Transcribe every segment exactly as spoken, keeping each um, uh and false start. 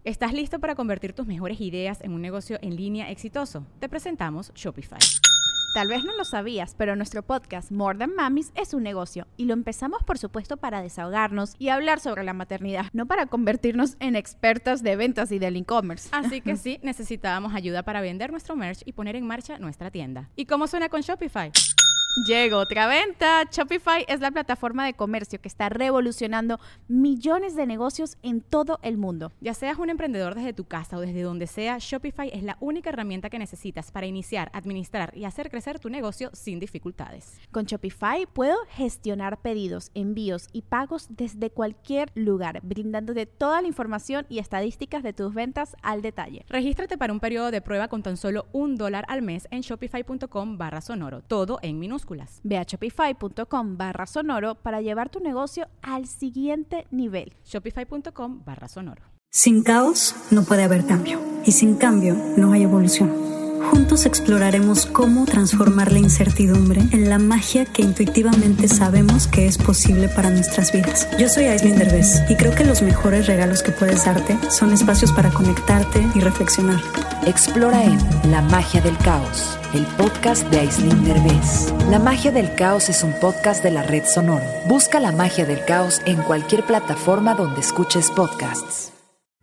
¿Estás listo para convertir tus mejores ideas en un negocio en línea exitoso? Te presentamos Shopify. Tal vez no lo sabías, pero nuestro podcast More Than Mamis es un negocio y lo empezamos por supuesto para desahogarnos y hablar sobre la maternidad, no para convertirnos en expertas de ventas y del e-commerce. Así que sí, necesitábamos ayuda para vender nuestro merch y poner en marcha nuestra tienda. ¿Y cómo suena con Shopify? Llegó otra venta. Shopify es la plataforma de comercio que está revolucionando millones de negocios en todo el mundo. Ya seas un emprendedor desde tu casa o desde donde sea, Shopify es la única herramienta que necesitas para iniciar, administrar y hacer crecer tu negocio sin dificultades. Con Shopify puedo gestionar pedidos, envíos y pagos desde cualquier lugar, brindándote toda la información y estadísticas de tus ventas al detalle. Regístrate para un periodo de prueba con tan solo un dólar al mes en shopify.com barra sonoro, todo en minúsculas. Ve a shopify.com barra sonoro para llevar tu negocio al siguiente nivel. Shopify.com barra sonoro. Sin caos no puede haber cambio. Y sin cambio no hay evolución. Juntos exploraremos cómo transformar la incertidumbre en la magia que intuitivamente sabemos que es posible para nuestras vidas. Yo soy Aislinn Derbez y creo que los mejores regalos que puedes darte son espacios para conectarte y reflexionar. Explora en La Magia del Caos, el podcast de Aislinn Derbez. La Magia del Caos es un podcast de la red Sonoro. Busca La Magia del Caos en cualquier plataforma donde escuches podcasts.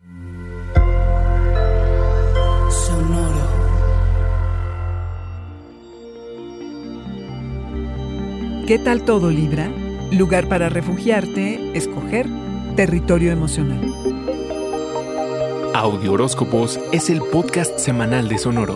Sonoro. ¿Qué tal todo, Libra? Lugar para refugiarte, escoger, territorio emocional. Audio Horóscopos es el podcast semanal de Sonoro.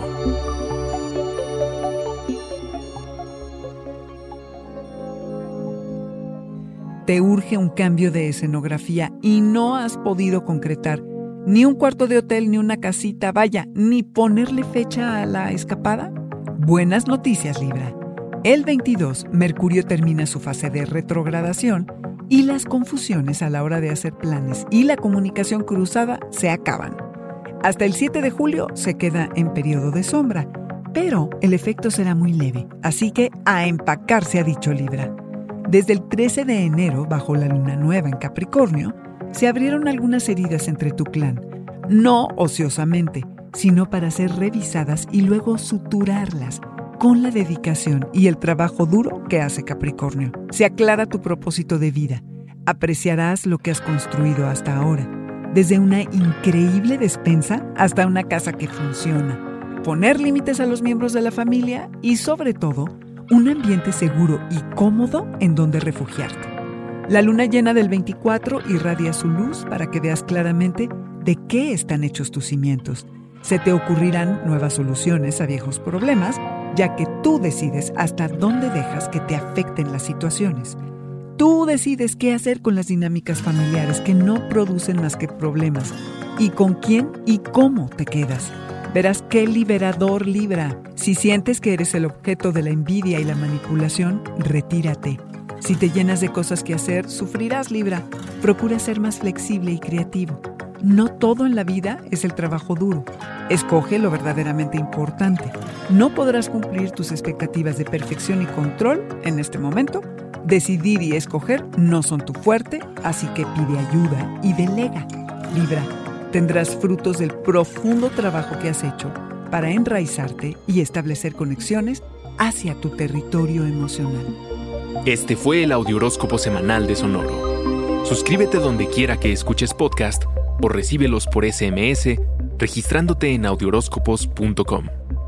Te urge un cambio de escenografía y no has podido concretar ni un cuarto de hotel, ni una casita, vaya, ni ponerle fecha a la escapada. Buenas noticias, Libra. El veintidós, Mercurio termina su fase de retrogradación y las confusiones a la hora de hacer planes y la comunicación cruzada se acaban. Hasta el siete de julio se queda en periodo de sombra, pero el efecto será muy leve, así que a empacar se ha dicho, Libra. Desde el trece de enero, bajo la luna nueva en Capricornio, se abrieron algunas heridas entre tu clan, no ociosamente, sino para ser revisadas y luego suturarlas con la dedicación y el trabajo duro que hace Capricornio. Se aclara tu propósito de vida. Apreciarás lo que has construido hasta ahora, desde una increíble despensa hasta una casa que funciona. Poner límites a los miembros de la familia y, sobre todo, un ambiente seguro y cómodo en donde refugiarte. La luna llena del veinticuatro irradia su luz para que veas claramente de qué están hechos tus cimientos. Se te ocurrirán nuevas soluciones a viejos problemas, ya que tú decides hasta dónde dejas que te afecten las situaciones. Tú decides qué hacer con las dinámicas familiares que no producen más que problemas y con quién y cómo te quedas. Verás qué liberador, Libra. Si sientes que eres el objeto de la envidia y la manipulación, retírate. Si te llenas de cosas que hacer, sufrirás, Libra. Procura ser más flexible y creativo. No todo en la vida es el trabajo duro. Escoge lo verdaderamente importante. No podrás cumplir tus expectativas de perfección y control en este momento. Decidir y escoger no son tu fuerte, así que pide ayuda y delega. Libra, tendrás frutos del profundo trabajo que has hecho para enraizarte y establecer conexiones hacia tu territorio emocional. Este fue el Audio Horóscopo semanal de Sonoro. Suscríbete donde quiera que escuches podcast o recíbelos por ese eme ese registrándote en audio horóscopos punto com.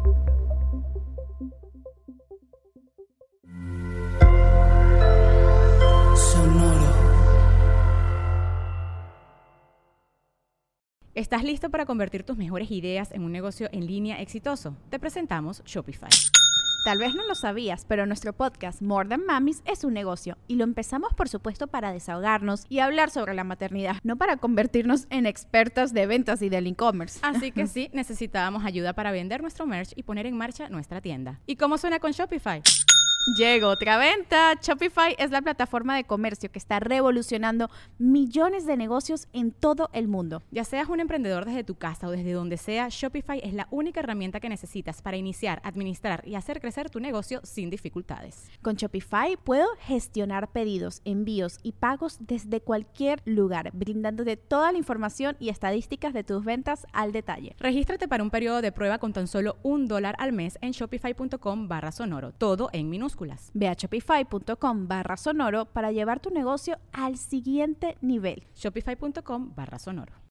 Sonoro. ¿Estás listo para convertir tus mejores ideas en un negocio en línea exitoso? Te presentamos Shopify. Tal vez no lo sabías, pero nuestro podcast More Than Mamis es un negocio y lo empezamos por supuesto para desahogarnos y hablar sobre la maternidad, no para convertirnos en expertas de ventas y del e-commerce. Así que sí, necesitábamos ayuda para vender nuestro merch y poner en marcha nuestra tienda. ¿Y cómo suena con Shopify? Llegó otra venta. Shopify es la plataforma de comercio que está revolucionando millones de negocios en todo el mundo. Ya seas un emprendedor desde tu casa o desde donde sea, Shopify es la única herramienta que necesitas para iniciar, administrar y hacer crecer tu negocio sin dificultades. Con Shopify puedo gestionar pedidos, envíos y pagos desde cualquier lugar, brindándote toda la información y estadísticas de tus ventas al detalle. Regístrate para un periodo de prueba con tan solo un dólar al mes en shopify.com barra sonoro, todo en minúsculas. Ve a shopify.com barra sonoro para llevar tu negocio al siguiente nivel. Shopify.com barra sonoro.